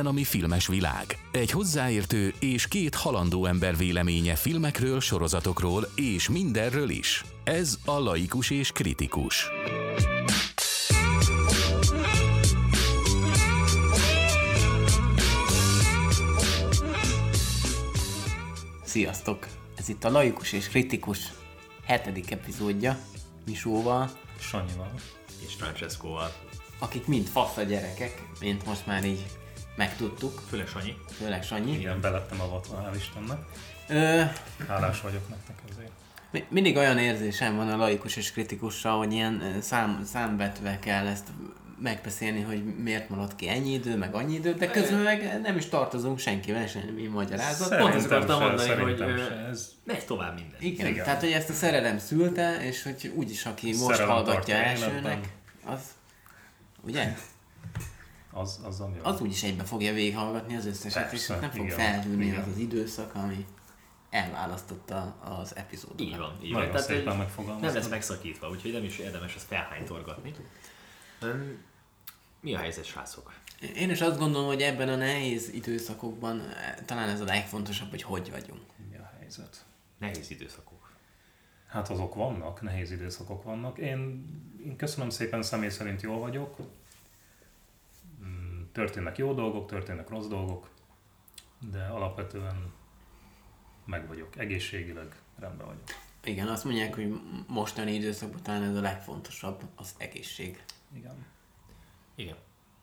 Hihetetlen a mi filmes világ. Egy hozzáértő és két halandó ember véleménye filmekről, sorozatokról és mindenről is. Ez a Laikus és Kritikus. Sziasztok! Ez itt a Laikus és Kritikus 7. epizódja Misóval, Sanyival és Francescoval. akik mind fasz a gyerekek, mint most már így megtudtuk. Főleg Sanyi. Igen, belettem avatva, hál' Istennek. Hálás vagyok nektek ezért. Mindig olyan érzésem van a Laikus és Kritikussal, hogy ilyen számvetve kell ezt megbeszélni, hogy miért maradt ki ennyi idő, meg annyi idő, de közben meg nem is tartozunk senkivel, semmi magyarázat. Pont ezt akartam mondani, hogy ez... megy tovább minden. Igen, tehát hogy ezt a szerelem szülte, és hogy úgyis aki most hallgatja elsőnek, az, ugye? Az ami az úgyis egybe fogja végighallgatni az összeset, és nem fog igen, felhűlni igen. az az időszak, ami elválasztotta az epizódot. Így van. Nagyon Tehát, szépen megfogalmaztad. nem lesz megszakítva, úgyhogy nem is érdemes ezt felhánytorgatni. Mi a helyzet, srácok? Én is azt gondolom, hogy ebben a nehéz időszakokban talán ez a legfontosabb, hogy hogy vagyunk. Mi a helyzet? Nehéz időszakok. Hát azok vannak, nehéz időszakok vannak. Én köszönöm szépen, személy szerint jól vagyok. Történnek jó dolgok, történnek rossz dolgok, de alapvetően meg vagyok. Egészségileg rendben vagyok. Igen, azt mondják, hogy mostani időszakban talán ez a legfontosabb, az egészség. Igen.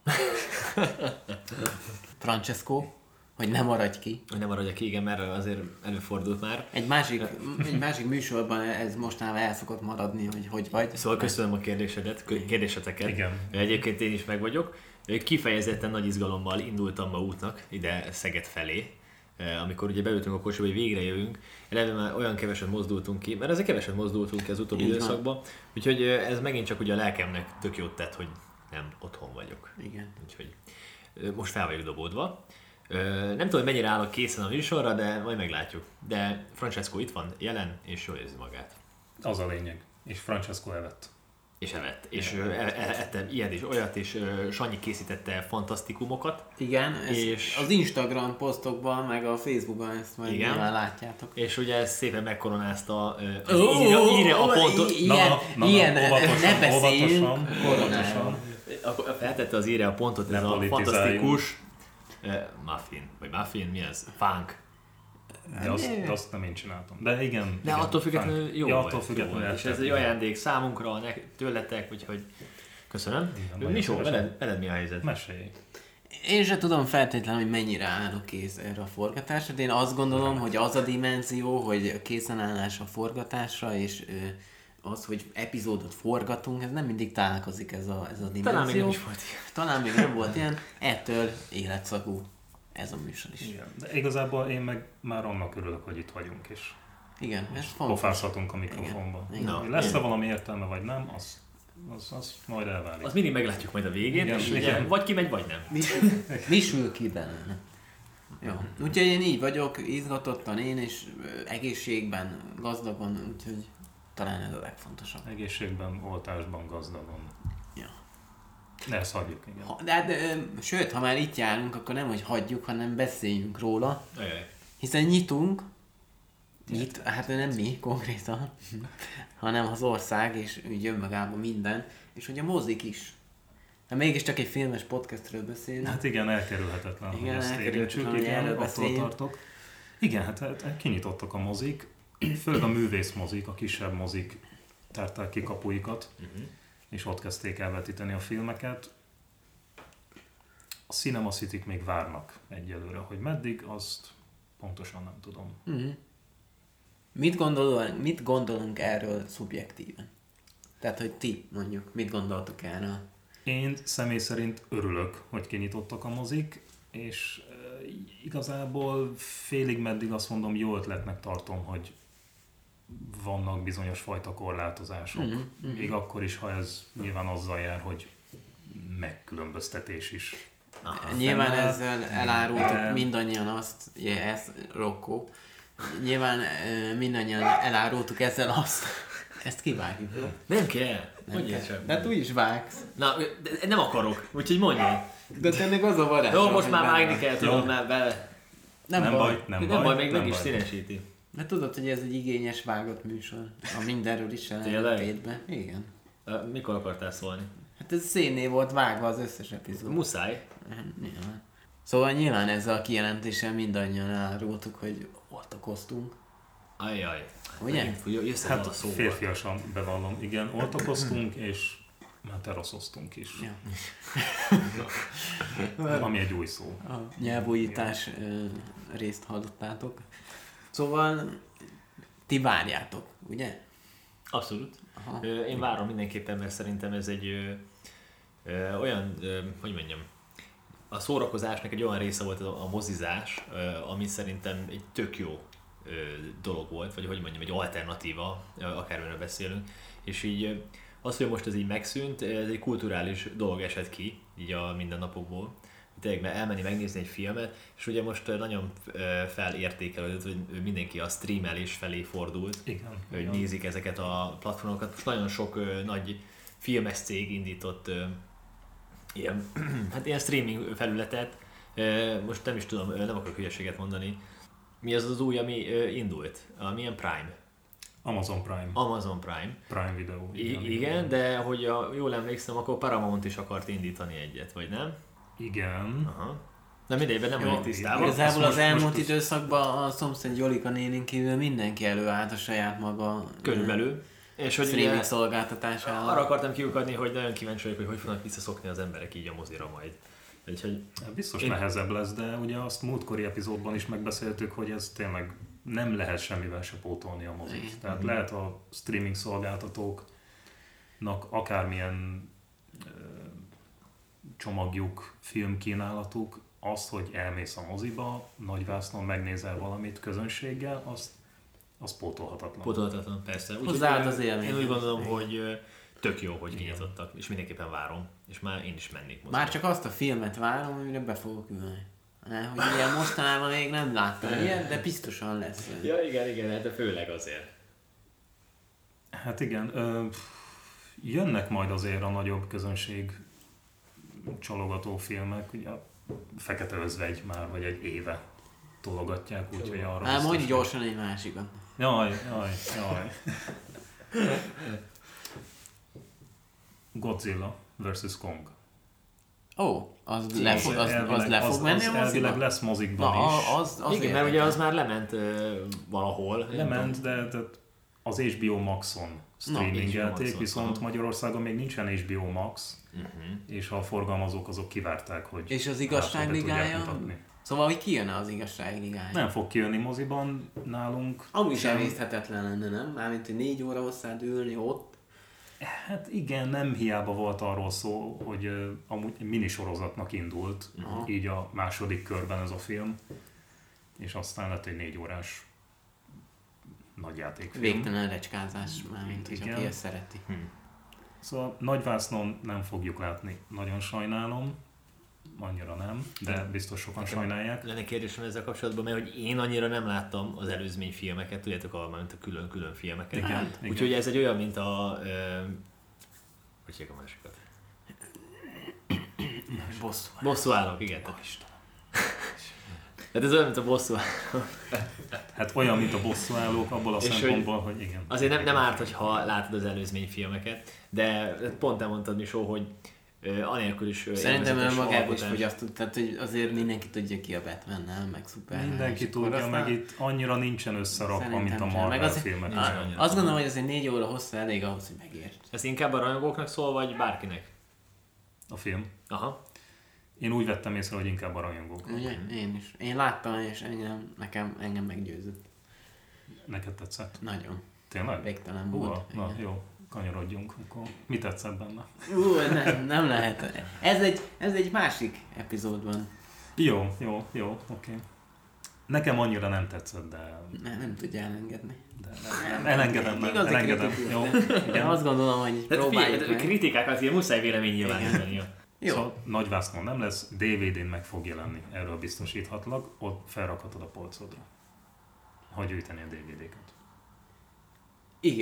Francesco, hogy ne maradj ki. Hogy nem maradjak ki, igen, mert azért előfordult már. Egy másik műsorban ez mostanában el szokott maradni, hogy vagy. Szóval köszönöm a kérdéseteket. Igen. Egyébként én is meg vagyok. Kifejezetten nagy izgalommal indultam ma útnak ide Szeged felé, amikor ugye beültünk a kocsiba, hogy végre jövünk. Eleve már olyan keveset mozdultunk ki, mert azért keveset mozdultunk ki az utóbbi időszakban, úgyhogy ez megint csak ugye a lelkemnek tök jót tett, hogy nem otthon vagyok. Igen. Úgyhogy most fel vagyok dobódva. Nem tudom, hogy mennyire állok készen a műsorra, de majd meglátjuk. De Francesco itt van, jelen, és jól érzi magát. Az a lényeg. És Francesco evett. És evett. És ettem ilyet és olyat, és Sanyi készítette fantasztikumokat. Igen, és az Instagram posztokban, meg a Facebookon ezt majd nyilván látjátok. És ugye szépen megkoronázta írja a pontot. Ilyen, ne beszéljünk koronáról. Feltette az írja a pontot, ne ez a politizáljunk. fantasztikus muffin, mi ez? Funk. De azt nem én csináltam. De igen. De igen, attól függetlenül jó ja, volt. attól függetlenül És ez egy ajándék számunkra, tőletek, úgyhogy köszönöm. Misó, veled mi a helyzet? Mesélj. Én sem tudom feltétlenül, hogy mennyire állok kész erre a forgatásra, de én azt gondolom, hogy az a dimenzió, hogy készenállás a forgatásra, és az, hogy epizódot forgatunk, ez nem mindig találkozik ez a dimenzió. Talán még nem is volt ilyen. Talán még nem volt ilyen, ettől életszagú ez a műsor is. Igen. De igazából én meg már annak örülök, hogy itt vagyunk, és Igen, ez fontos. pofázhatunk a mikrofonba. Igen. Lesz-e valami értelme, vagy nem, az majd elválik. Az mindig meglátjuk majd a végén, Igen, és igen. ugye vagy kimegy, vagy nem. Mi sül ki belőle? Jó. Úgyhogy én így vagyok, izgatottan én, és egészségben, gazdagon, úgyhogy talán ez a legfontosabb. Egészségben, oltásban, gazdagon. Ja. Ne ezt hagyjuk, igen. Sőt, ha már itt járunk, akkor nem, hogy hagyjuk, hanem beszéljünk róla. Ajaj. Hiszen nyitunk, hát nem mi konkrétan, hanem az ország, és úgy jön magába minden, és hogy a mozik is. Hát mégiscsak egy filmes podcastről beszélünk. Hát igen, elkerülhetetlen, hogy ezt érintsük, igen, attól tartok. Igen, hát kinyitottak a mozik, főleg a művész mozik, a kisebb mozik tárták ki kapuikat, és ott kezdték elvetíteni a filmeket. A Cinema Cityk még várnak egyelőre, hogy meddig, azt pontosan nem tudom. Mit gondolunk erről szubjektíven? Tehát, hogy ti mondjuk, mit gondoltok erről? Én személy szerint örülök, hogy kinyitottak a mozik, és igazából félig meddig azt mondom, jó ötletnek tartom, hogy vannak bizonyos fajta korlátozások. Még akkor is, ha ez nyilván azzal jár, hogy megkülönböztetés is. Nyilván ezzel elárultuk mindannyian azt, ez Rocco, nyilván mindannyian elárultuk ezzel azt, Ezt kivágjuk. Nem kell. De úgy is vágsz. Na, de nem akarok, úgyhogy mondjad. De te ennek az a varázs. Jó, most már vágni kell, tudom már bele. Nem baj, még meg is színesíti. Mert tudod, hogy ez egy igényes vágott műsor. A mindenről is ellentétben. Igen. Mikor akartál szólni? Hát ez szénné volt vágva az összes epizód. Muszáj. Nyilván. Szóval nyilván ezzel a kijelentéssel mindannyian elárultuk, hogy oltakoztunk. Ajjaj. Ugye? Hát férfiasan bevallom, igen, oltakoztunk és már teraszoztunk is. Ja. Ami egy új szó. A nyelvújítás részt hallottátok. Szóval ti várjátok, ugye? Abszolút. Én várom mindenképpen, mert szerintem ez egy olyan, hogy mondjam, a szórakozásnak egy olyan része volt a mozizás, ami szerintem egy tök jó dolog volt, vagy hogy mondjam, egy alternatíva, akármiről beszélünk, és így az, hogy most ez így megszűnt, ez egy kulturális dolog esett ki, így a mindennapokból. Tényleg elmenni megnézni egy filmet, és ugye most nagyon felértékelődött, hogy mindenki a streamelés felé fordult, igen, hogy nézik ezeket a platformokat. Most nagyon sok nagy filmes cég indított ilyen streaming felületet, most nem is tudom, nem akarok hülyeséget mondani. Mi az új, ami indult? Milyen Prime? Amazon Prime. Amazon Prime. Prime Video. Igen, de hogy jól emlékszem, akkor Paramount is akart indítani egyet, vagy nem? Igen. Aha. De mindegyben nem vagyok tisztában. Igazából az elmúlt időszakban a szomszéd Jolika nénink kívül mindenki előállt a saját maga körülbelül. És hogy streaming szolgáltatásával. Arra akartam kiukadni, hogy nagyon kíváncsi vagyok, hogy fognak visszaszokni az emberek így a mozira majd. Úgyhogy biztos nehezebb lesz, de ugye azt múltkori epizódban is megbeszéltük, hogy ez tényleg nem lehet semmivel se pótolni a mozit. Tehát lehet a streaming szolgáltatóknak akármilyen csomagjuk, filmkínálatuk, azt, hogy elmész a moziba, nagyvásznon megnézel valamit közönséggel, az pótolhatatlan. Pótolhatatlan, persze. Hozzáad az élmény. Én úgy gondolom, hogy tök jó, hogy kinyitottak, és mindenképpen várom, és már én is mennék moziba. Már csak azt a filmet várom, amire be fogok ülni. Hogy ilyen mostanában még nem láttam ilyet, de biztosan lesz. Ja, igen, de főleg azért. Hát igen, jönnek majd azért a nagyobb közönség csalogató filmek, ugye a Fekete Özvegy már vagy egy éve tologatják, úgyhogy arra mondj gyorsan egy másikat. Jaj. Godzilla vs. Kong. Az le fog menni a moziba? Elvileg lesz mozikban is. Igen, mert ugye az már lement valahol. Lement, de az HBO Maxon streamingelték, viszont Magyarországon még nincsen HBO Max, és a forgalmazók azok kivárták, hogy és az Igazságligája? Szóval, hogy kijönne az Igazságligája? Nem fog kijönni moziban nálunk. Amúgy sem észthetetlen lenne, nem? Mármint, hogy 4 óra hosszád ülni ott. Hát igen, nem hiába volt arról szó, hogy amúgy minisorozatnak indult, így a második körben ez a film, és aztán lett egy 4 órás nagyjátékfilm. Végtelen recskázás, mármint, hogy aki ezt szereti. Szóval nagyvásznon nem fogjuk látni, nagyon sajnálom, annyira nem, de biztos sokan sajnálják. Lenne kérdésem ezzel kapcsolatban, mert hogy én annyira nem láttam az előzmény filmeket, tudjátok, mint a külön-külön filmeket. Igen. Úgyhogy ez egy olyan, mint a... hogy hívják a másikat? Bosszúállók, igen. Hát ez olyan, mint a bosszúállók. Hát olyan, mint a bosszúállók abból a szempontból, hogy igen. Azért nem árt, hogyha látod az előzmény filmeket, de pont elmondtad, Misó, hogy anélkül is... Szerintem önmagában is fogyasztott, tehát hogy azért mindenki tudja ki a Batman, nem? Meg Superman. Mindenki tudja, meg itt annyira nincsen összerakva, mint a Marvel filmek. Azt gondolom, hogy azért 4 óra hossza elég ahhoz, hogy megért. Ez inkább a rajongóknak szól, vagy bárkinek? A film? Aha. Én úgy vettem észre, hogy inkább a rajongóknak. Ugye? Én is. Én láttam, és engem meggyőzött. Neked tetszett? Nagyon. Tényleg? Végtelen volt. Na jó, kanyarodjunk. Akkor mi tetszett benne? Nem lehet. Ez egy másik epizódban. Jó, oké. Nekem annyira nem tetszett, de... Nem tudja elengedni. Elengedem. Jó. De azt gondolom, hogy próbáljuk meg. Kritikákat ilyen muszáj véleménynyilvánítani. Jó. Szóval nagyvásznon nem lesz, DVD-n meg fog jelenni, erről biztosíthatlak, ott felrakhatod a polcodra, ha gyűjteni a DVD-ket. Igen.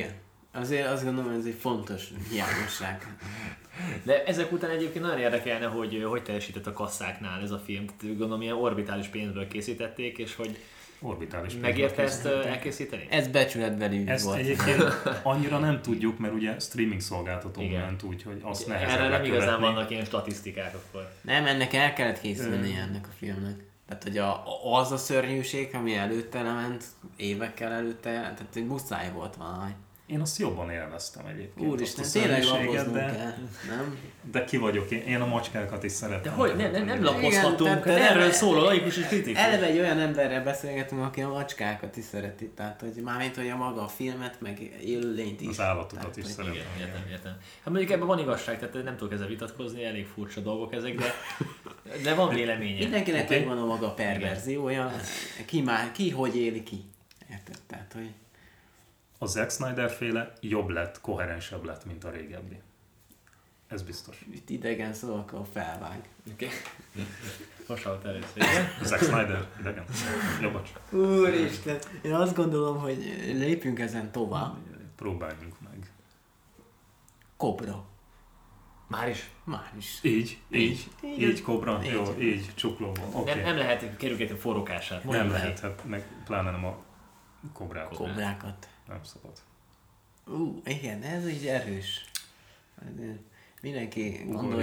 Azért azt gondolom, hogy ez egy fontos hiányosság. De ezek után egyébként nagyon érdekelne, hogy teljesített a kasszáknál ez a film. Tehát gondolom, ilyen orbitális pénzből készítették, és hogy megérte ezt elkészíteni? Ez becsületbeli volt. Ezt egyébként annyira nem tudjuk, mert ugye streaming szolgáltató ment úgy, hogy azt nehezebb erre nem igazán vannak ilyen statisztikák akkor. Nem, ennek el kellett készülni ennek a filmnek. Tehát, hogy az a szörnyűség, ami előtte lement, évekkel előtte, tehát egy muszáj volt valami. Én azt jobban élveztem egyébként. Úristen, tényleg lapoznunk kell, nem? De ki vagyok én? Én a macskákat is szeretem. De hogy? Nem lapozhatunk, erről szól a laikus és kritikus. Eleve egy olyan emberrel beszélgetünk, aki a macskákat is szereti. Tehát, hogy mármint, hogy a maga a filmet, meg élőlényt is. Az állatokat is szeretem. Értem. Hát mondjuk ebben van igazság, tehát nem tudok ezzel vitatkozni, elég furcsa dolgok ezek, de van véleménye. Mindenkinek megvan a maga perverziója. Ki hogy éli ki. Érted? Tehát, hogy... A Zack Snyder féle jobb lett, koherensebb lett, mint a régebbi. Ez biztos. Itt idegen szavakkal felvág. Oké. Hasonlott először. Zack Snyder, idegen. Jobbas. Úristen, én azt gondolom, hogy lépjünk ezen tovább. Próbáljunk meg. Kobra. Már is? Már is. Így kobra, jó, így csuklóban. Okay. Nem lehet kerülgetni a forrókását. Nem lehet, hát meg pláne nem a kobrákat. Nem szabad. Igen, ez így erős. Mindenki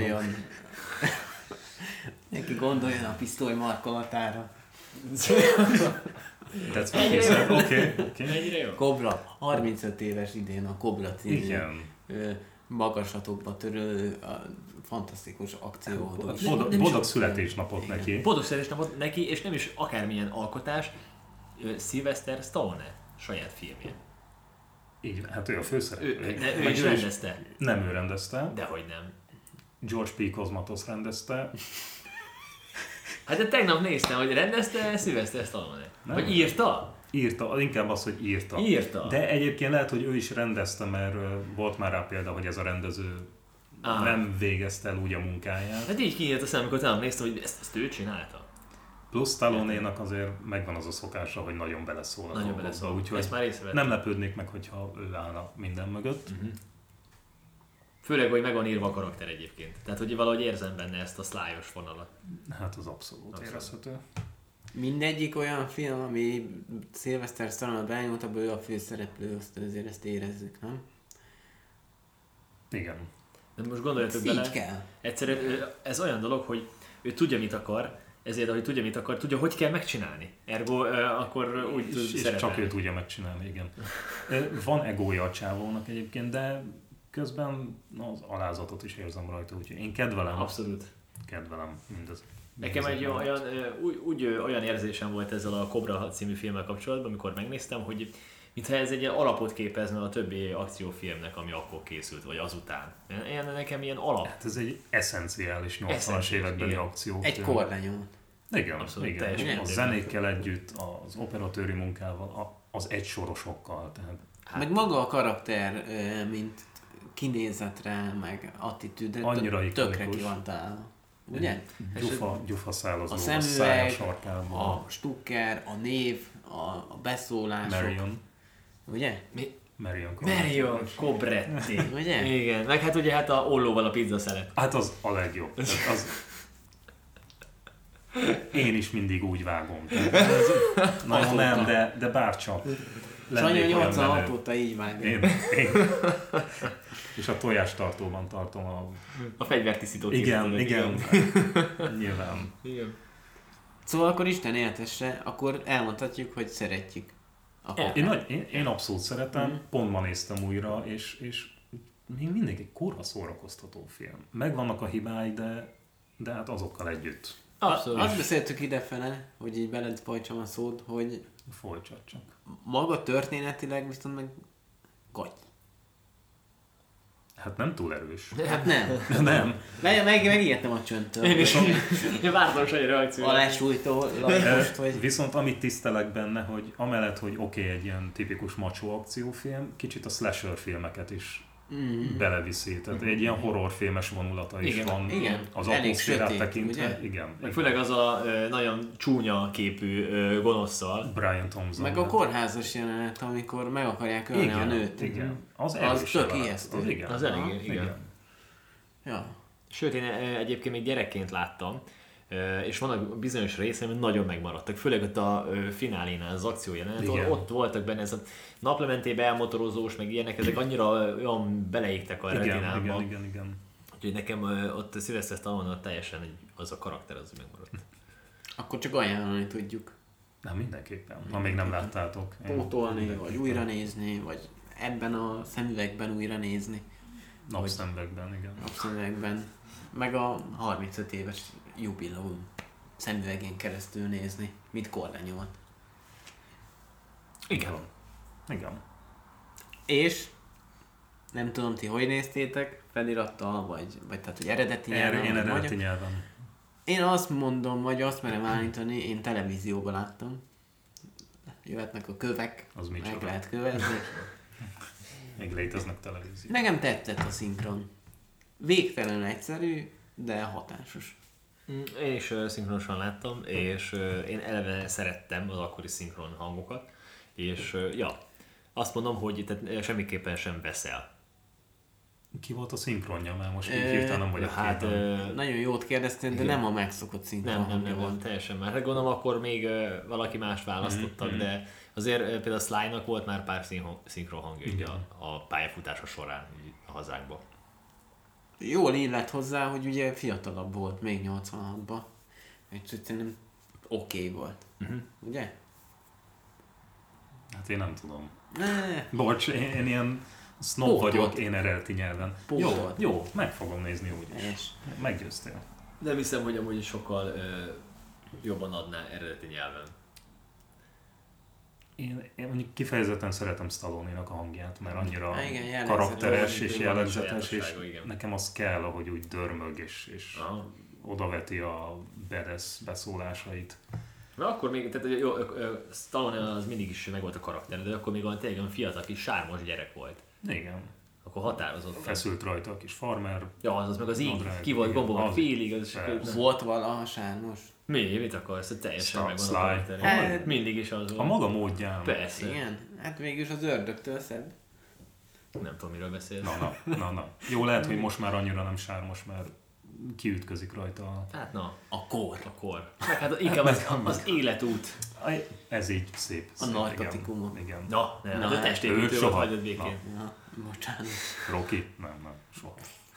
gondoljon a pisztoly markolatára. Oké. Ennyire jó? Kobra. 35 éves idén a Kobra című. Igen. Magaslatokba törő fantasztikus akció. Boldog születésnapot neki. Boldog születésnapot neki, és nem is akármilyen alkotás, Sylvester Stallone saját filmje. Így, hát ő a főszereplő. Ő is rendezte. Nem ő rendezte. Dehogy nem. George P. Cosmatos rendezte. Hát de tegnap néztem, hogy rendezte Sylvester Stallone. Vagy írta? Írta, inkább az, hogy írta. De egyébként lehet, hogy ő is rendezte, mert volt már rá példa, hogy ez a rendező nem végezte el úgy a munkáját. Hát így kinyílt a szem, amikor tegnap néztem, hogy ezt ő csinálta. Plusz Stallone-nak azért megvan az a szokása, hogy nagyon beleszól a dolgokba, úgyhogy nem lepődnék meg, hogyha ő állna minden mögött. Uh-huh. Főleg, hogy meg van írva a karakter egyébként. Tehát, hogy valahogy érzem benne ezt a szlájos vonalat. Hát az abszolút érezhető. Mindegyik olyan film, ami Sylvester Stallone benyújt, abban ő a főszereplő, azt azért ezt érezzük, nem? Igen. De most gondoljatok bele, egyszerűen ez olyan dolog, hogy ő tudja, mit akar, ezért, ahogy tudja, mit akar, tudja, hogy kell megcsinálni. Ergo, akkor úgy tud és csak ő tudja megcsinálni, igen. Van egója a csávónak egyébként, de közben az alázatot is érzem rajta, úgyhogy én kedvelem. Abszolút. Kedvelem mindez. Nekem egy olyan érzésem volt ezzel a Cobra című filmmel kapcsolatban, amikor megnéztem, hogy mintha ez egy alapot képezne a többi akciófilmnek, ami akkor készült, vagy azután. Nekem ilyen alap. Hát ez egy eszenciális 80-as évekbeli akciófilm. Egy korlenyom. Igen, abszolút, igen. A zenékkel együtt, az operatőri munkával, az egysorosokkal. Tehát. Meg maga a karakter, mint kinézetre, meg attitűdre, tökre ki van találva. Ugye? Gyufa szálazó, a szemüveg, a stukker, a név, a beszólások. Marion. Ugye? Marion Cobretti. Ugye? Igen, meg hát ugye a ollóval a pizza szelet. Hát az a legjobb. Én is mindig úgy vágom. Na nem, de bárcsak. Sanyi 86 óta így vág. Én. És a tojástartóban tartom a fegyvertisztítót. Igen. Nyilván. Igen. Szóval akkor Isten éltesse, akkor elmondhatjuk, hogy szeretjük. Én abszolút szeretem, pont ma néztem újra, és még mindig egy kurva szórakoztató film. Megvannak a hibái, de hát azokkal együtt. Abszolút. Azt beszéltük idefele, hogy így beled folytsam a szót, hogy folytsad csak. Maga történetileg viszont meg gagy. Hát nem túl erős. Hát nem. Nem. Megijedtem a csöntől. Én is vártam egy reakciót. A lesújtó lapost, hogy... Viszont amit tisztelek benne, hogy amellett, hogy egy ilyen tipikus macsó akciófilm, kicsit a slasher filmeket is beleviszi. Tehát egy ilyen horrorfilmes vonulata is van. Igen. Az atmoszférát tekintve. Igen. Főleg az a nagyon csúnya képű gonoszszal. Brian Thompson. Meg a kórházas jelenet, amikor meg akarják ölni a nőt. Igen. Az tök ijesztő. Az elég, igen. Ja. Sőt, én egyébként még gyerekként láttam, és vannak bizonyos részei, hogy nagyon megmaradtak, főleg ott a finálénál, az akciójelenet, ott voltak benne ez a naplementébe elmotorozós, meg ilyenek, ezek annyira olyan beleégtek a retinámba. Igen. Úgyhogy nekem ott Sylvester Stallone teljesen az a karakter az megmaradt. Akkor csak ajánlani tudjuk. Nem, mindenképpen. Ha még nem láttátok. Pótolni, vagy újra nézni, vagy ebben a szemüvegben újra nézni. Napszemüvegben, igen. Napszemüvegben. Meg a 35 éves jubileum szemüvegén keresztül nézni, mint korlányomat. Igen. És nem tudom, ti hogy néztétek, felirattal, vagy tehát, hogy eredeti nyelven? Én eredeti nyelven. Én azt mondom, vagy azt merem állítani, én televízióban láttam. Jöhetnek a kövek, az meg lehet követni. Még léteznek televíziók. Nekem tetszett a szinkron. Végtelenül egyszerű, de hatásos. Én is szinkronosan láttam, és én eleve szerettem az akkori szinkron hangokat, és azt mondom, hogy tehát semmiképpen sem veszel. Ki volt a szinkronja? Mert most így hirtelen nem vagyok nagyon jót kérdeztél, de nem a megszokott szinkron. Nem, teljesen már. Gondolom, akkor még valaki mást választottak, de azért például Sly-nak volt már pár szinkron hangja így a pályafutása során így a hazánkban. Jól illett hozzá, hogy ugye fiatalabb volt még 86-ban. Úgyhogy szerintem oké volt. Ugye? Hát én nem tudom. Bocs, én ilyen snob vagyok, én eredeti nyelven. Jó, meg fogom nézni úgyis. Meggyőztél. De hiszem, hogy amúgy sokkal jobban adná eredeti nyelven. Én mondjuk kifejezetten szeretem Stallone-nak a hangját, mert annyira karakteres és jellegzetes, és nekem az kell, ahogy úgy dörmög, és odaveti a badass beszólásait. Na akkor még, tehát jó, Stallone az mindig is meg volt a karakter, de akkor még olyan tényleg fiatal kis sármos gyerek volt. Igen. Akkor határozott. Feszült rajta a kis farmer. Ja, az meg az így, ki volt gombolva félig. Volt valaha sármos? Mit akarsz? Teljesen megvan a karakter. Mindig is az volt. A maga módján. Persze. Igen, hát végülis az ördögtől szebb. Nem tudom, miről beszélsz. Na. Jó, lehet, hogy most már annyira nem sármos, mert kiütközik rajta Hát a kor. Meg hát inkább az életút. Ez így szép. A narkotikumok. Igen. A testépítővel hagyod végén. Bocsánat. Rocky? Nem, soha.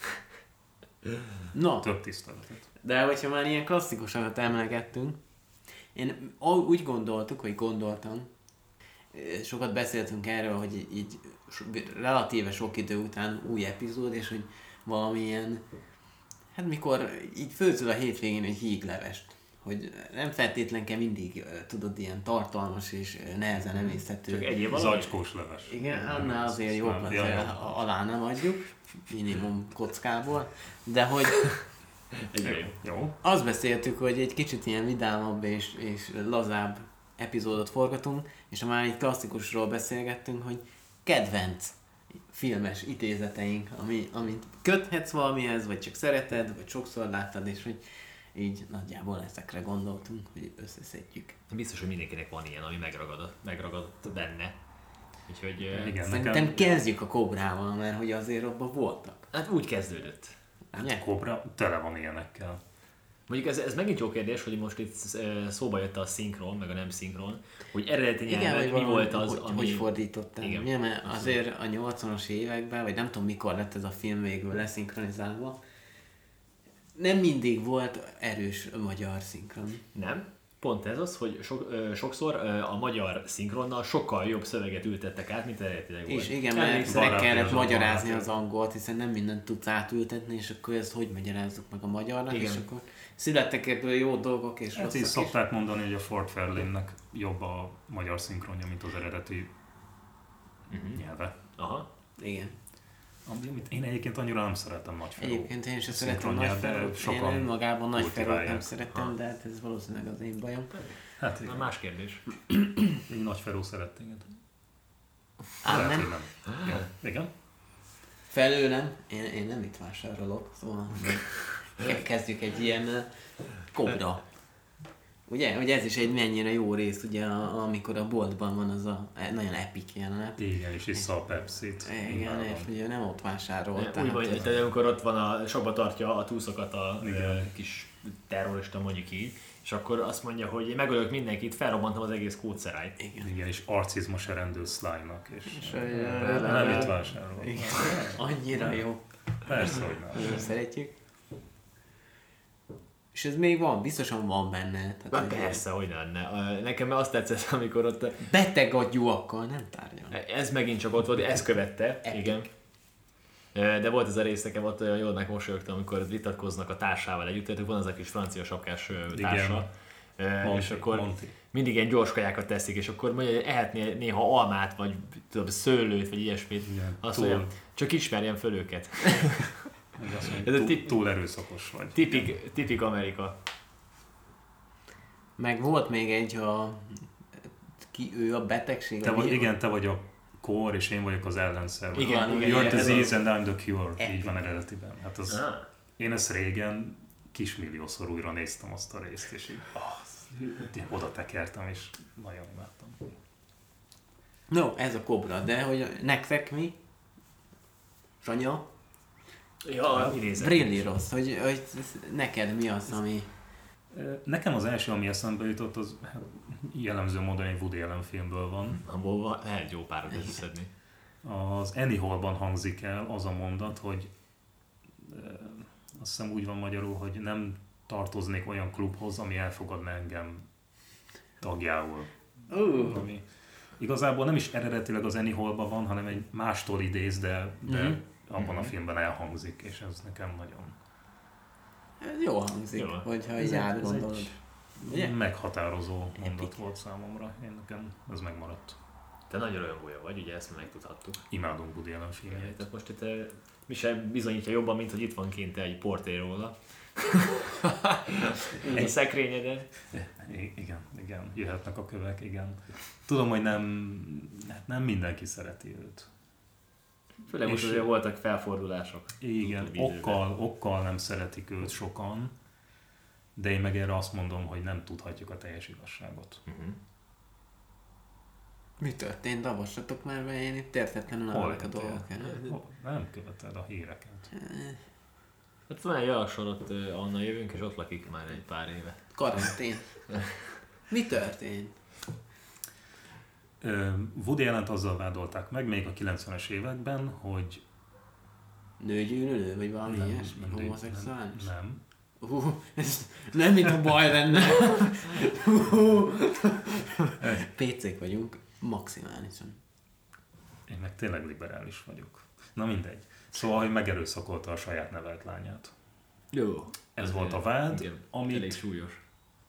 Több tiszteletet. De hogyha már ilyen klasszikusokat emlegettünk, én úgy gondoltam, sokat beszéltünk erről, hogy így relatíve sok idő után új epizód, és hogy valamilyen, hát mikor így főzöl a hétvégén egy híglevest, hogy nem feltétlen kell mindig, tudod, ilyen tartalmas és nehezen emészthető. Csak egyéb zacskós leves. Igen, annál azért jobb, alá nem adjuk, minimum kockából, de hogy jó. Azt beszéltük, hogy egy kicsit ilyen vidámabb és lazább epizódot forgatunk, és ha már egy klasszikusról beszélgettünk, hogy kedvenc filmes idézeteink, amit köthetsz valamihez, vagy csak szereted, vagy sokszor láttad, és hogy így nagyjából ezekre gondoltunk, hogy összeszedjük. Biztos, hogy mindenkinek van ilyen, ami megragadott benne. Úgyhogy szerintem kezdjük a Kobrával, mert hogy azért abban voltak. Hát úgy kezdődött. Hát a Kobra tele van ilyenekkel. Mondjuk ez megint jó kérdés, hogy most itt szóba jött a szinkron, meg a nem szinkron, hogy eredeti nyelven mi volt az, ami... Hogy fordítottam. Igen, mert azért a 80-as években, vagy nem tudom mikor lett ez a film végül leszinkronizálva, nem mindig volt erős magyar szinkron. Nem. Pont ez az, hogy sokszor a magyar szinkronnal sokkal jobb szöveget ültettek át, mint eredetileg volt. És igen, mert meg kellett magyarázni az angolt, hiszen nem mindent tudsz átültetni, és akkor ezt hogy magyarázzuk meg a magyarnak, igen. És akkor születtek ebből jó dolgok és rosszak is. Szokták mondani, hogy a Ford Fairlane-nek jobb a magyar szinkronja, mint az eredeti nyelve. Aha. Igen. Amit én egyébként annyira nem szeretem Nagyferó. Egyébként én sem szeretem Nagyferót. Én önmagában Nagyferót nem szeretem, de hát ez valószínűleg az én bajom. Hát igen. Más kérdés. Én Nagyferó szeret téged. Nem. Igen. Felőlem, én nem itt vásárolok, szóval kezdjük egy ilyen Cobra. Ugye, hogy ez is egy mennyire jó rész, ugye, amikor a boltban van az a nagyon epic jelenet. Igen, és issza a Pepsit. Igen, és ugye nem ott vásárol. Úgy vagy, tehát amikor ott van sokba tartja a túszokat a kis terrorista, mondjuk így, és akkor azt mondja, hogy én megölök mindenkit, felrobbantam az egész kódszerájt. Igen, és arcizmos erendő Sly-nak, és nem itt vásárol. Annyira jó. Persze, hogy nem. Nagyon szeretjük. És ez még van, biztosan van benne. Tehát persze, hogy lenne. Nekem azt tetszett, amikor ott... Beteg agyúakkal nem tárgyal. Ez megint csak ott volt, ez követte, igen. De volt ez a rész, nekem ott olyan jól megmosolyogtam, amikor vitatkoznak a társával együtt, tehát van az a kis francia sapkás társa. És akkor mindig ilyen gyors kajákat teszik, és akkor mondja, ehetné néha almát, vagy tudom, szőlőt, vagy ilyesmit. Igen, azt mondja, csak ismerjem föl őket. Túl erőszakos vagy. Tipik Amerika. Meg volt még egy, ő a betegség. Te vagy a kór, és én vagyok az ellenszer. Igen, You're disease and I'm the cure. Így van eredetiben. Hát az, én ezt régen kismilliószor újra néztem azt a részt, és így oda tekertem, és nagyon imádtam. No, ez a Cobra, de hogy nektek mi? Sanya? Ja, Really rossz, hogy neked mi az, ami... Nekem az első, ami eszembe jutott, az jellemző módon egy Woody Allen filmből van. Abból lehet jó párat összeszedni. Az Annie Hall-ban hangzik el az a mondat, hogy azt hiszem úgy van magyarul, hogy nem tartoznék olyan klubhoz, ami elfogadna engem tagjául. Ami igazából nem is eredetileg az Annie Hall-ban van, hanem egy mástól idéz, de abban a filmben elhangzik, és ez nekem nagyon... Ez jó hangzik, hogyha így átgondolod. Meghatározó mondat volt számomra, nekem ez megmaradt. Te nagyon rajongója vagy, ugye ezt megtudhattuk. Imádunk Woody Allen filmjeit. Tehát most itt mi sem bizonyítja jobban, mint hogy itt van kint egy portré róla. Egy szekrényeden. Igen, jöhetnek a kövek, igen. Tudom, hogy nem mindenki szereti őt. Főleg most ugye voltak felfordulások. Igen, okkal nem szeretik őt sokan, de én meg erre azt mondom, hogy nem tudhatjuk a teljes igazságot. Mi történt? Avassatok már be, én itt értetlenül állok a dolgokat. Nem követed a híreket. Hát van egy alsor, ott onnan jövünk, és ott lakik már egy pár éve. Karantén. Mi történt? Woody Allent azzal vádolták meg még a 90-es években, hogy... Nőgyűlölő, vagy valami ilyesmi? Homoszexuális? Nem. Ez nem mint a baj lenne. PC-k vagyunk, maximálisan. Én meg tényleg liberális vagyok. Na mindegy. Szóval, hogy megerőszakolta a saját nevelt lányát. Jó. Ez volt a vád, igen, amit elég súlyos.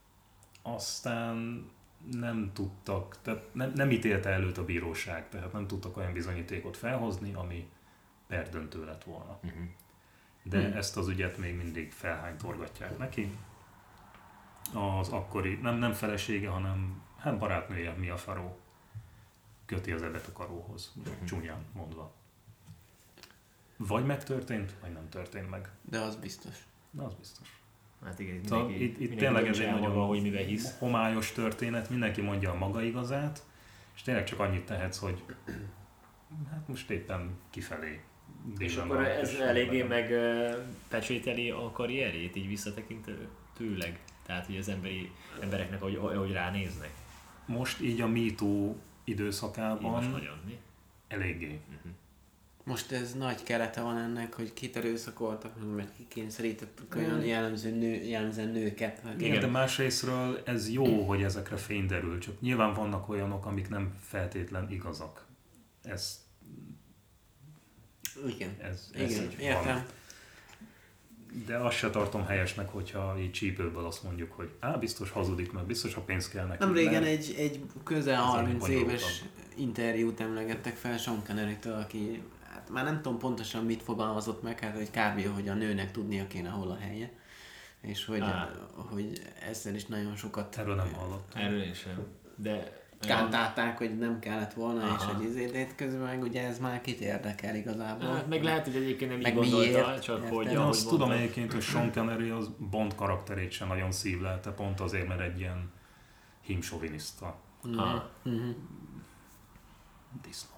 Aztán nem tudtak, tehát nem ítélte előtt a bíróság, tehát nem tudtak olyan bizonyítékot felhozni, ami perdöntő lett volna. De ezt az ügyet még mindig felhánytorgatják neki. Az akkori, nem felesége, hanem barátnője, Mia Farrow köti az ebet a karóhoz, csúnyán mondva. Vagy megtörtént, vagy nem történt meg. De az biztos. Hát igen, itt tényleg ez egy nagyon hogy mivel hisz. homályos történet, mindenki mondja a maga igazát, és tényleg csak annyit tehetsz, hogy hát most éppen kifelé. És akkor ez eléggé megpecsételi a karrierjét, így visszatekintőleg? Tehát, hogy az embereknek, ahogy ránéznek? Most így a MeToo időszakában most nagyon, mi? Eléggé. Most ez nagy kerete van ennek, hogy kit erőszakoltak, mert kikényszerítettek olyan jellemzően nőket. Igen, de másrésztről ez jó, hogy ezekre fény derül, csak nyilván vannak olyanok, amik nem feltétlen igazak. Igen, értem. Van. De azt se tartom helyesnek, hogyha így csípőből azt mondjuk, hogy biztos hazudik, meg biztos a pénz kell neki. Nem régen egy közel 30 éves interjút emlegettek fel Sean Connery-től, aki hát már nem tudom pontosan mit fogalmazott meg, hát hogy kb. Hogy a nőnek tudnia kéne hol a helye. És hogy ezzel is nagyon sokat... Erről nem hallottam. Erről én sem. De kántálták, hogy nem kellett volna, és hogy izédét közben meg ugye ez már kit érdekel igazából. Hát meg lehet, hogy egyébként nem így gondolta, csak hogy... Én azt tudom egyébként, hogy Sean Connery az Bond karakterét sem nagyon szívlelte, pont azért, mert egy ilyen hímsoviniszta disznó.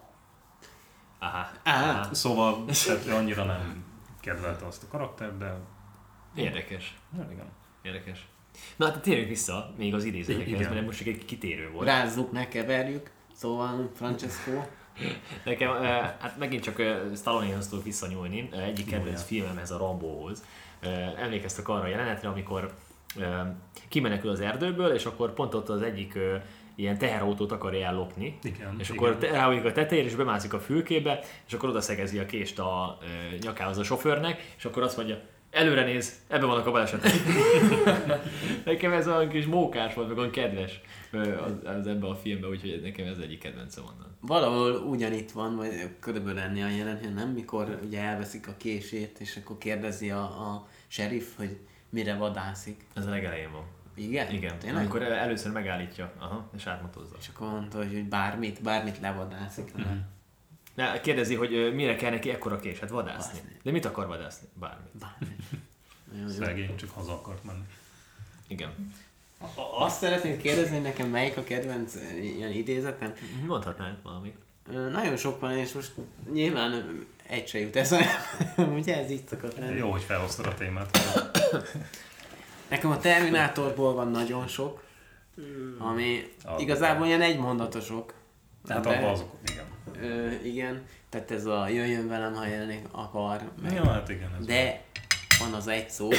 Aha. Szóval annyira nem kedvelte azt a karaktert, de... Érdekes. Ja, igen. Érdekes. Na hát térjünk vissza még az idézetekhez, mert most csak egy kitérő volt. Rázzuk, ne keverjük. Szóval, Francesco. Nekem, hát megint csak Stallone-hoz tudok visszanyúlni. Egyik kedvenc filmemhez, a Rambohoz. Emlékeztek arra a jelenetre, amikor kimenekül az erdőből, és akkor pont ott az egyik ilyen teherautót akarja ellopni. Igen, és akkor ráhúzik a tetejére, és bemászik a fülkébe, és akkor oda szegezi a kést a nyakához a sofőrnek, és akkor azt mondja, előre néz, ebben vannak a balesetek. Nekem ez olyan kis mókás volt, meg olyan kedves az ebben a filmben, úgyhogy nekem ez egyik kedvencem onnan. Valahol ugyanitt van, vagy körülbelül lenni a jelen, nem? Mikor ugye elveszik a kését, és akkor kérdezi a sheriff, hogy mire vadászik. Ez a legelején van. Igen? Igen. Tényleg? Amikor először megállítja, és átmotozza. És akkor mondta, hogy bármit levadászik. Kérdezi, hogy mire kell neki ekkora kés, hát vadászni. De mit akar vadászni? Bármit. Szegény, csak haza akart menni. Igen. Azt szeretném kérdezni, hogy nekem melyik a kedvenc ilyen idézetem? Mondhatnál valamit. Nagyon sok van, és most nyilván egy se jut eszembe. Ugye ez így szokott lenni. Jó, hogy felhoztad a témát. Nekem a Terminátorból van nagyon sok, ami igazából ilyen egymondatosok. Tehát abban azok, igen. Igen, tehát ez a jöjjön velem, ha élni akar. Meg. Ja, hát igen. Ez de van az egy szó.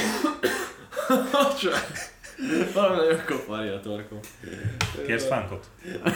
Valami nagyon koparja a torkom. Kérsz fánkot?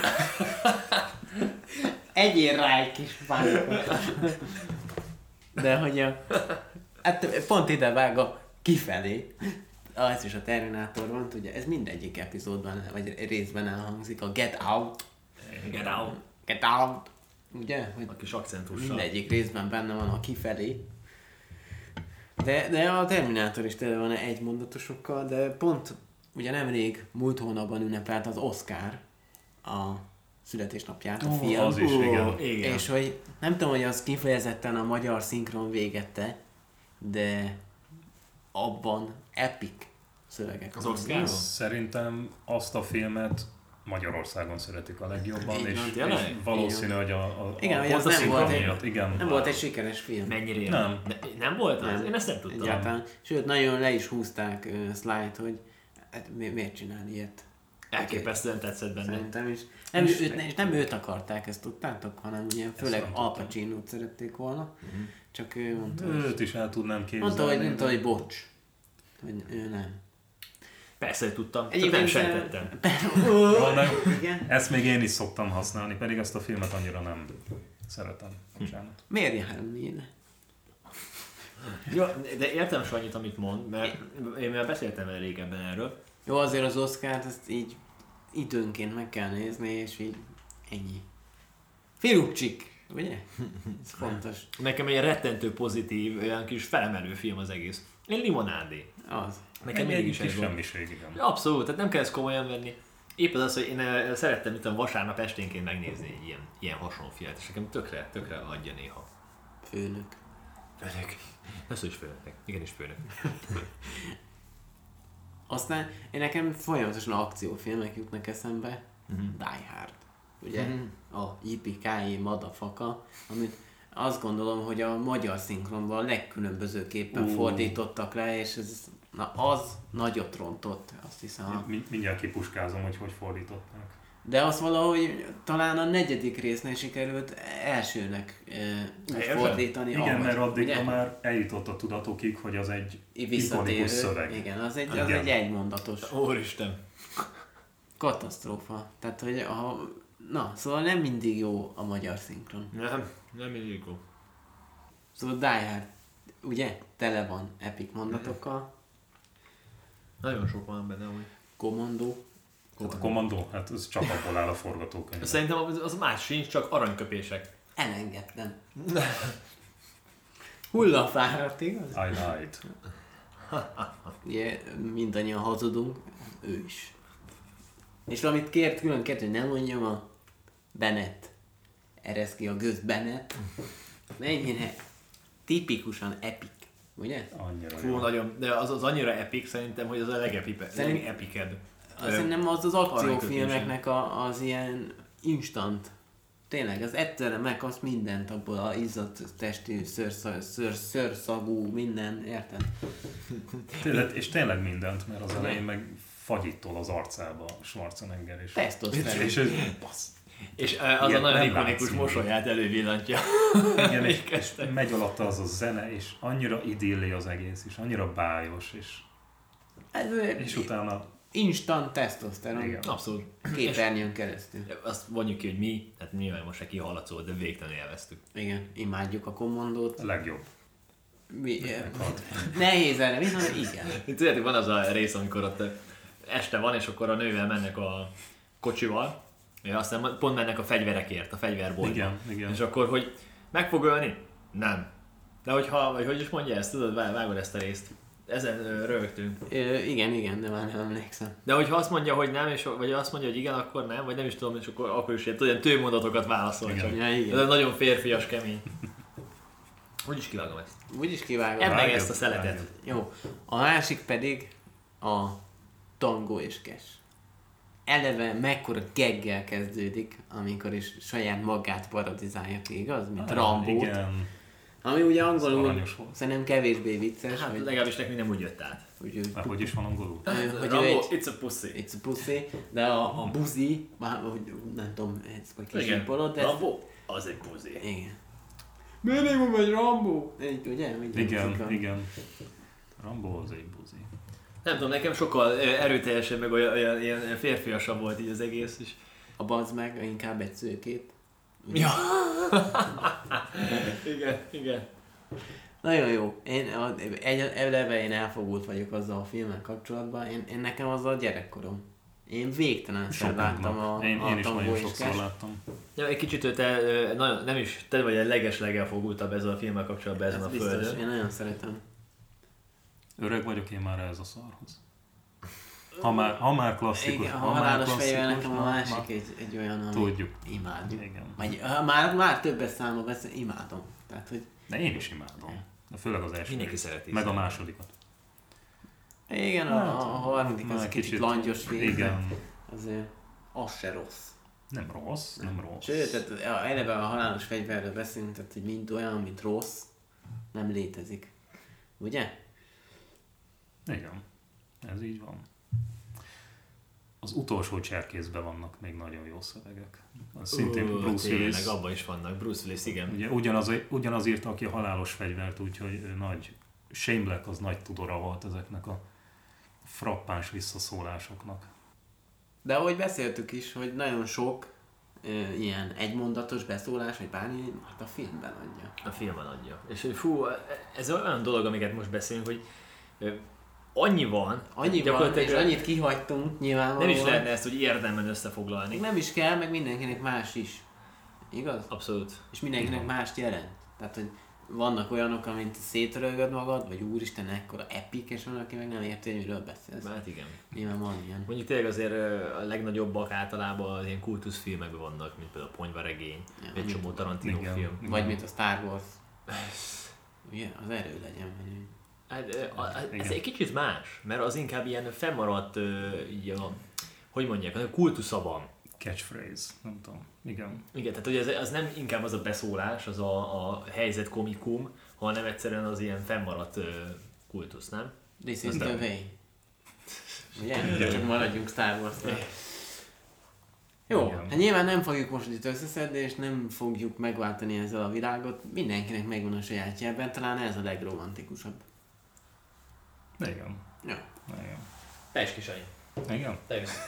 Egyél rá egy kis fánkot. De hogy hát pont ide vág a kifelé. Ez is a Terminátor van, ugye ez mindegyik epizódban, vagy részben elhangzik, a Get Out. Get out. Get Out. Ugye? A kis akcentussal. Mindegyik részben benne van a kifelé. De a Terminátor is tele van egy mondatosokkal, de pont ugye nemrég, múlt hónapban ünnepelt az Oscar a születésnapját a film. Az is, igen. És hogy nem tudom, hogy az kifejezetten a magyar szinkron végette, de abban epic szövegek. Az Oscar? Szerintem azt a filmet Magyarországon szeretik a legjobban, és valószínű, hogy igen, hogy az nem volt egy sikeres film. Mennyire? Nem. Nem volt az? Én ezt nem tudtam. Egyáltalán. Sőt, nagyon le is húzták Sly-t, hogy hát miért csinál ilyet. Elképesztően tetszett benne. Szerintem is. Nem őt akarták, ezt tudtátok, hanem ugye főleg Al Pacino-t szerették volna. Csak ő mondta, őt is el tudnám képzelni. Mondta, hogy bocs. Hogy ő nem. Persze, hogy tudtam, csak nem sejtettem. Ezt még én is szoktam használni, pedig ezt a filmet annyira nem szeretem. Bocsánat. Miért járni ide? Jó, de értem Sanyit, amit mond, mert én már beszéltem el régebben erről. Jó, azért az Oscart ezt így időnként meg kell nézni, és így ennyi. Filupcsik, ugye? Ez fontos. Nekem egy rettentő pozitív, olyan kis felemelő film az egész. Egy limonádé. Az. Nekem mindig is egy semmiség, igen. Abszolút, tehát nem kell ezt komolyan venni. Épp az, hogy én szerettem itt a vasárnap esténként megnézni egy ilyen hasonló filmet, és nekem tökre adja néha. Főnök. Főnök. Lesz, hogy főnök. Igenis főnök. Aztán nekem folyamatosan akciófilmek jutnak eszembe. Die Hard. Ugye? A Yippee-ki-yay Madafaka, amit azt gondolom, hogy a magyar szinkronban a legkülönbözőképpen fordítottak le, és ez az nagyot rontott, azt hiszem. Mindjárt kipuskázom, hogy fordították. De azt valahogy talán a 4. résznél sikerült elsőnek fordítani. Igen, mert addigra már eljutott a tudatokig, hogy az egy ikonikus szöveg. Igen, az egy egymondatos. Úristen! Katasztrófa. Tehát, hogy szóval nem mindig jó a magyar szinkron. Nem mindig jó. Szóval Die Hard, ugye? Tele van epic mondatokkal. Nagyon sok van benne, hogy... Kommandó. Hát a Kommandó, hát ez csak abból áll a forgatókönyv. Szerintem az más sincs, csak aranyköpések. Elengedtem. Hullafáradt, igaz? I lied. Ugye mindannyian hazudunk, ő is. És valamit kért külön hogy nem mondjam, a Bennett. Eresz ki a Göz Bennett. Mennyire tipikusan epic, ugye? Annyira Fú, jó. nagyon, de az annyira epic szerintem, hogy az a legepikebb. Szerintem az akciófilmeknek az ilyen instant. Tényleg, az egyszerre meghasz mindent abból a izzadt testű, szőrszagú, minden, érted? És tényleg mindent, mert az elején meg fagyitol az arcába Schwarzenegger is. Testoszteron. És az a nagyon ikonikus mosolyát elővillantja. Igen, és megy alatta az a zene, és annyira idilli az egész, és annyira bájos, és utána... Instant testoszteron. Igen. Abszolút. Képernyőn keresztül. Azt mondjuk ki, hogy mi, hát nyilván most se kihaladszó, de végtelenül élveztük. Igen, imádjuk a kommandót. A legjobb. Nehéz erre, viszont igen. Tudjátok, van az a rész, amikor ott este van, és akkor a nővel mennek a kocsival, és aztán pont mennek a fegyverekért, a fegyverboltba. Igen. És akkor, hogy meg fog ölni? Nem. De hogyha, vagy hogy is mondja ezt, tudod, vágod ezt a részt. Ezen rögtünk. Igen, de már nem emlékszem. De hogyha azt mondja, hogy nem, és, vagy azt mondja, hogy igen, akkor nem, vagy nem is tudom, és akkor is ilyen tőmondatokat válaszol. Igen. Csak. Ja, igen. Ez nagyon férfias, kemény. Hogy is kivágom ezt? Úgyis kivágom. Edd meg Vágjuk, ezt a szeletet. vágjuk. Jó. A másik pedig a Tango és Cash. Eleve mekkora geggel kezdődik, amikor is saját magát parodizálja ki, igaz? Mint Rambót. Igen. Ami ugye angolul aranyos volt. szerintem kevésbé vicces. Hát hogy, legalábbis nekünk nem úgy jött át. Hogy is van angolul? hogy Rambo, ő it's a pussy. It's a pussy, de a buzi, hogy nem tudom, ez vagy Igen. kisípolod, de Rambo, az egy pussy. igen. Minimum egy Rambo! Ugye? Igen. Rambo az egy buzi. Nem tudom, nekem sokkal erőteljesebb, meg olyan ilyen férfiasabb volt így az egész is. A bazd meg inkább egy szőkét. Ja. igen. Nagyon jó. Eleve én elfogult vagyok azzal a filmmel kapcsolatban. Én nekem az a gyerekkorom. Én végtelenszer láttam a Én is Tango nagyon és sokszor Cash. láttam. Ja, egy kicsit te, nagyon, nem is, te vagy a legelfogultabb ezzel a filmmel kapcsolatban ezen Ez a biztos, földön. én nagyon szeretem. Öreg vagyok én már ez a szarhoz. Ha már klasszikus. Igen, a halálos fejjel nekem a másik egy olyan, amit tudjuk. imádjuk. Igen. Vagy, már többes számba beszél, imádom. Tehát, hogy De én is imádom. De főleg az első. Mindenki részt. szereti. Meg a másodikat. igen, a harmadik az Már kicsit langyos rész, Igen. azért az se rossz. Nem rossz. Sőt, tehát eleve a halálos fegyverről beszélünk, tehát hogy mind olyan, mint rossz, nem létezik. Ugye? Igen. Ez így van. Az utolsó cserkészben vannak még nagyon jó szövegek. Az szintén Bruce Willis. Tényleg, abban is vannak. Bruce Willis, igen. Ugye ugyanaz írta, aki a halálos fegyvert, úgyhogy nagy Shane Black az nagy tudora volt ezeknek a frappáns visszaszólásoknak. De ahogy beszéltük is, hogy nagyon sok ilyen egymondatos beszólás, vagy bármi, hát a filmben adja. A filmben adja. És fú, ez olyan dolog, amiket most beszélünk, hogy annyi van, És annyit kihagytunk nyilvánvalóan. nem is lehetne ezt úgy érdemben összefoglalni. Nem is kell, meg mindenkinek más is. Igaz? Abszolút. És mindenkinek mást jelent. Tehát, hogy vannak olyanok, amint szétrölgöd magad, vagy úristen, ekkora epic, és van, aki meg nem érti, hogy miről beszélsz. Hát igen. Nyilván van ilyen. Mondjuk tényleg azért a legnagyobbak általában az ilyen kultuszfilmekben vannak, mint például a Ponyvaregény, egy csomó Tarantino Igen. film. Vagy mint a Star Wars. Ugye? Az erő legyen. Hát, ez egy kicsit más, mert az inkább ilyen fennmaradt, így hogy mondják, a kultusza van. Catchphrase, nem tudom. Igen. Igen, tehát hogy az nem inkább az a beszólás, az a helyzet komikum, hanem egyszerűen az ilyen fennmaradt kultusz, nem? This is the way. Ugye? Csak maradjunk Star Wars-ra. Jó, hát nyilván nem fogjuk most itt összeszedni, és nem fogjuk megváltani ezzel a világot. Mindenkinek megvan a sajátja ebben, talán ez a legromantikusabb. Igen. Ja. Igen. Te is Kisany. Igen. Te is.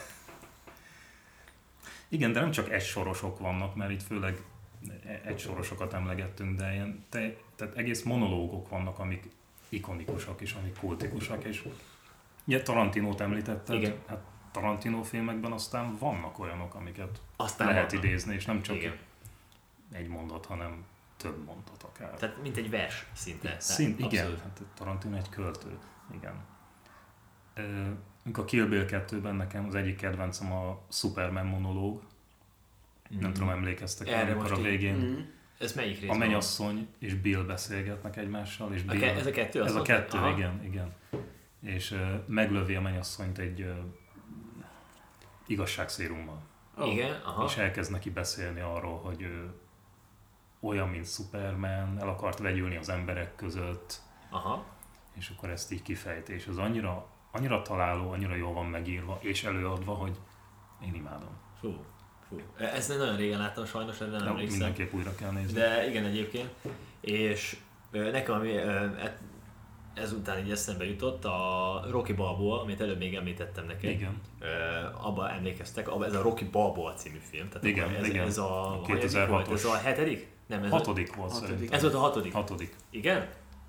Igen, de nem csak egysorosok vannak, mert itt főleg egysorosokat emlegettünk, de ilyen, tehát egész monológok vannak, amik ikonikusak és amik kultikusak, és ugye Tarantinót említetted, igen. Hát Tarantino filmekben aztán vannak olyanok, amiket aztán lehet vannak. idézni, és nem csak igen. egy mondat, hanem több mondat akár. Tehát mint egy vers szinte. Igen, hát Tarantino egy költő, igen. A Kill Bill 2-ben nekem az egyik kedvencem a Superman monológ. Nem tudom, emlékeztek erre amikor a végén. Ez melyik rész? A mennyasszony és Bill beszélgetnek egymással. És Bill, ez a kettő? Ez a kettő, igen. És meglövi a mennyasszonyt egy igazságszérummal. Igen, aha. És elkezd neki beszélni arról, hogy olyan, mint Superman, el akart vegyülni az emberek között. Aha. És akkor ezt így kifejti. És az annyira találó, annyira jól van megírva és előadva, hogy én imádom. Fú. Ezt nagyon régen láttam, sajnos nem emlékszem. Mindenképp újra kell nézni. De igen, egyébként. És nekem, ami ezután így eszembe jutott, a Rocky Balboa, amit előbb még említettem neked. Igen. Abba emlékeztek, ez a Rocky Balboa című film. Tehát igen. Ez a 2006-os. Ez a 7. Nem, ez hatodik volt szerintem. Ez volt a 6. Hatodik. Igen?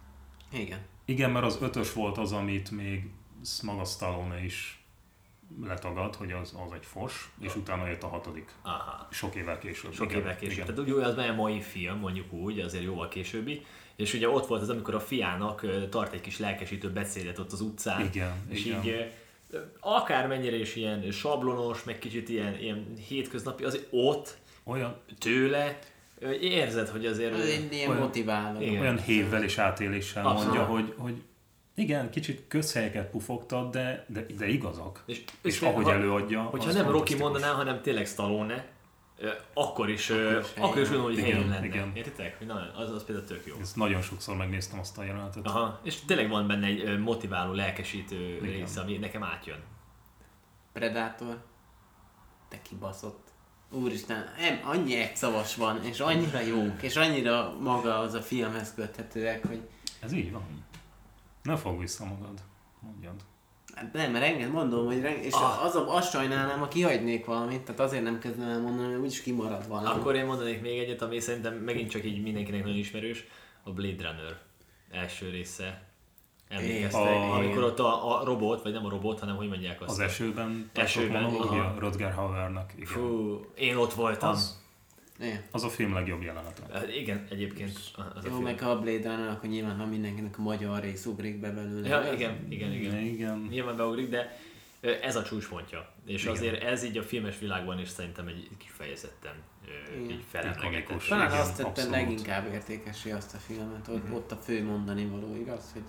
Igen, mert az 5-ös volt az, amit még maga Stallone is letagad, hogy az egy fos, és utána jött a 6. Aha. Sok évvel később. Igen. Tehát ugye az már mai film, mondjuk úgy, azért jóval későbbi. És ugye ott volt az, amikor a fiának tart egy kis lelkesítő beszédet ott az utcán. Igen. Így akármennyire is ilyen sablonos, meg kicsit ilyen hétköznapi, azért ott olyan tőle érzed, hogy azért... Ilyen motiváló. Olyan hévvel és átéléssel mondja, hogy igen, kicsit közhelyeket pufogtat, de igazak. És ahogy előadja, hogyha nem Rocky mondaná, hanem tényleg Stallone, akkor is gondolom, hogy helyén lenne. Igen. Értitek? Az például tök jó. Ezt nagyon sokszor megnéztem azt a jelenetet. Aha, és tényleg van benne egy motiváló, lelkesítő része, ami nekem átjön. Predator? Te kibaszott. Úristen, annyi egyszavas van, és annyira jók, és annyira maga az a filmhez köthetőek, hogy... Ez így van. Ne fogd vissza magad, mondjad. Hát nem, mert mondom, hogy és azt sajnálnám, ha kihagynék valamit, tehát azért nem kezdem el mondani, hogy úgyis kimarad valami. Akkor én mondanék még egyet, ami szerintem megint csak így mindenkinek nagyon ismerős, a Blade Runner első része. Emlékeztek? Amikor ott a robot, vagy nem a robot, hanem hogy mondják azt? Az esőben Rutger Hauernek. Fú, én ott voltam. Az a film legjobb jelenete. Igen, egyébként. Jó, meg a Blade Runner, akkor nyilván ha mindenkinek a magyar rész ugrik be belőle. Ja, igen. Nyilván beugrik, de ez a csúcspontja. És azért ez így a filmes világban is szerintem egy kifejezetten így felemlegetett. Talán azt tette leginkább értékessé azt a filmet, ott a fő mondani való, igaz, hogy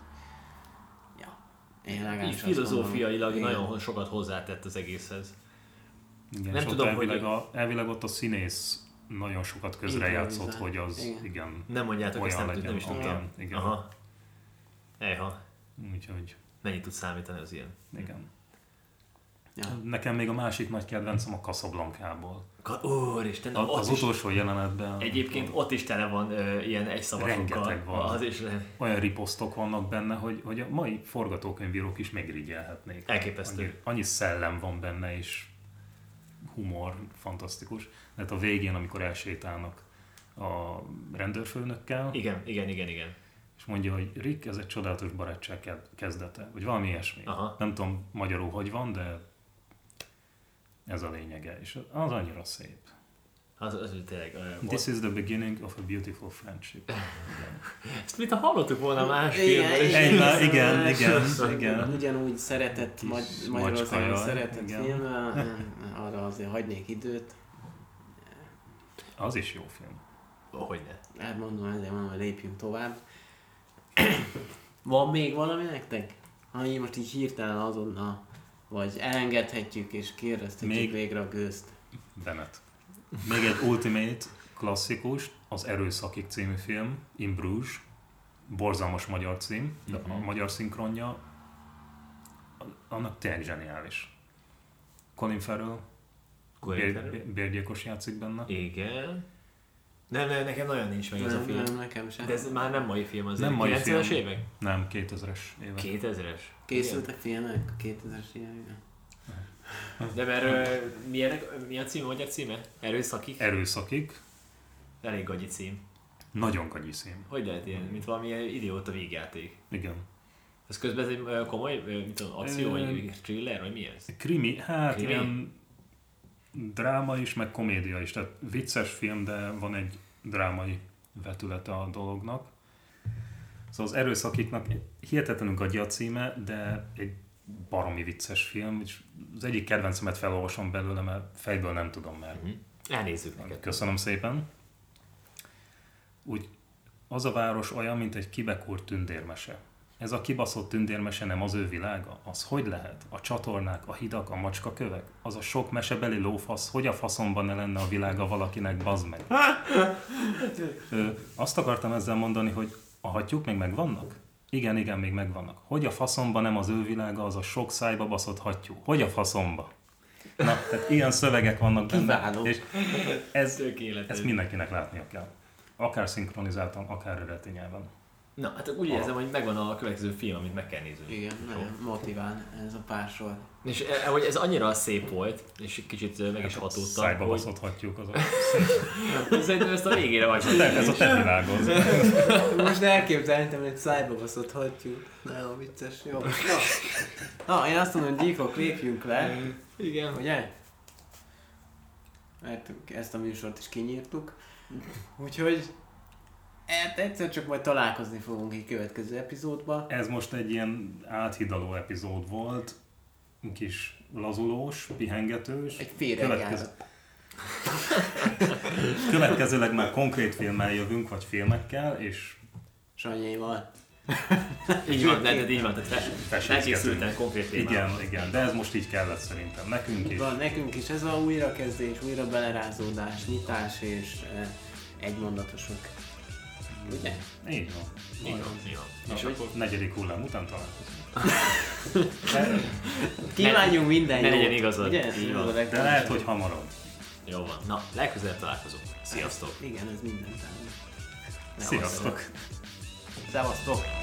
így filozófiailag nagyon sokat hozzátett az egészhez. Igen, nem tudom, elvileg ott a színész nagyon sokat közrejátszott, hogy az igen. Nem mondjátok, ezt nem is tudtam. Igen. Aha. Ejha. Úgyhogy... Mennyit tud számítani az ilyen? Igen. Ja. Nekem még a másik nagy kedvencem a Casablanca-ból. Úristen, az utolsó jelenetben. Egyébként ott is tele van ilyen egyszavasokkal. Rengeteg van. Olyan riposztok vannak benne, hogy a mai forgatókönyvírók is megirigyelhetnék. Elképesztő. Annyi szellem van benne, és humor fantasztikus. Tehát a végén, amikor elsétálnak a rendőrfőnökkel. Igen. És mondja, hogy Rick, ez egy csodálatos barátság kezdete, vagy valami ilyesmi. Aha. Nem tudom magyarul, hogy van, de ez a lényege, és az annyira szép. Az tényleg... This is the beginning of a beautiful friendship. Ezt mintha hallottuk volna más filmben. Igen. Ugyanúgy szeretett Magyarországon szeretett filmben, arra azért hagynék időt. Az is jó film. Hogyne. Hát ezért mondom, hogy lépjünk tovább. Van még valami nektek? Ami most így hirtelen azonnal, vagy elengedhetjük és kérdezhetjük végre a gőzt. Bennett. Még egy ultimate klasszikus, az Erőszakig című film, In Bruges. Borzalmas magyar cím, de a magyar szinkronja annak tényleg zseniális. Colin Farrell, bérgyilkos játszik benne. Igen. Nem, nekem nagyon nincs meg ez a film. Nem, nekem sem. De ez már nem mai film azért. Nem mai 90-es évek? Nem, 2000-es évek. 2000-es? Készültek filmek a 2000-es években? De mert mi a címe, magyar címe? Erőszakig? Erőszakig. Elég gagyi cím. Nagyon gagyi cím. Hogy lehet ilyen, mint valami idióta végjáték? Igen. Ez közben ez egy komoly, mint az akció, vagy thriller, vagy mi ez? Krimi, ilyen dráma is, meg komédia is. Tehát vicces film, de van egy drámai vetülete a dolognak. Szóval az Erőszakiknak hihetetlenül gagyi a címe, de egy baromi vicces film, és az egyik kedvencemet felolvasom belőle, mert fejből nem tudom már. Elnézzük neked. Köszönöm szépen. Úgy, az a város olyan, mint egy kibekúrt tündérmese. Ez a kibaszott tündérmese nem az ő világa? Az hogy lehet? A csatornák, a hidak, a macskakövek? Az a sok mesebeli lófasz, hogy a faszomban ne lenne a világa valakinek, bazd meg? Azt akartam ezzel mondani, hogy a hattyúk még megvannak? Igen, még megvannak. Hogy a faszomba nem az ő világa, az a sok szájba baszott hattyú? Hogy a faszomba? Na, tehát ilyen szövegek vannak benne. És ezt mindenkinek látnia kell. Akár szinkronizáltan, akár eredeti nyelven. Na, hát úgy érzem, hogy megvan a következő film, amit meg kell néznünk. Igen, nagyon motivál ez a pár sor. És hogy ez annyira szép volt, és kicsit meg is hatódtam. Szájba baszott hattyúk azok. Szerintem ezt a végére vagy. Ez a te világod. Most elképzeltem, hogy szájba baszott hattyúk. Nagyon vicces, jó. Na, én azt mondom, hogy gyíkok, lépjünk le. Igen. Ugye? Mert ezt a műsort is kinyírtuk. Úgyhogy egyszer csak majd találkozni fogunk egy következő epizódban. Ez most egy ilyen áthidaló epizód volt. Kis lazulós, pihengetős. Egy félrejárat. Következőleg már konkrét filmmel jövünk, vagy filmekkel, és... Sanyéval. Így van, tehát elkészülten konkrét témával. Igen, de ez most így kellett szerintem. Nekünk is. Van, nekünk is ez a újrakezdés, újra belerázódás, nyitás és egymondatosok. Ugye? Így van. És akkor 4. hullám után találkozunk. Kívánjunk minden jót. Ne legyen igazad. De lehet, hogy hamarabb. Jó van. Na, legközelebb találkozunk. Sziasztok. Igen, ez minden. Sziasztok. Szevasztok.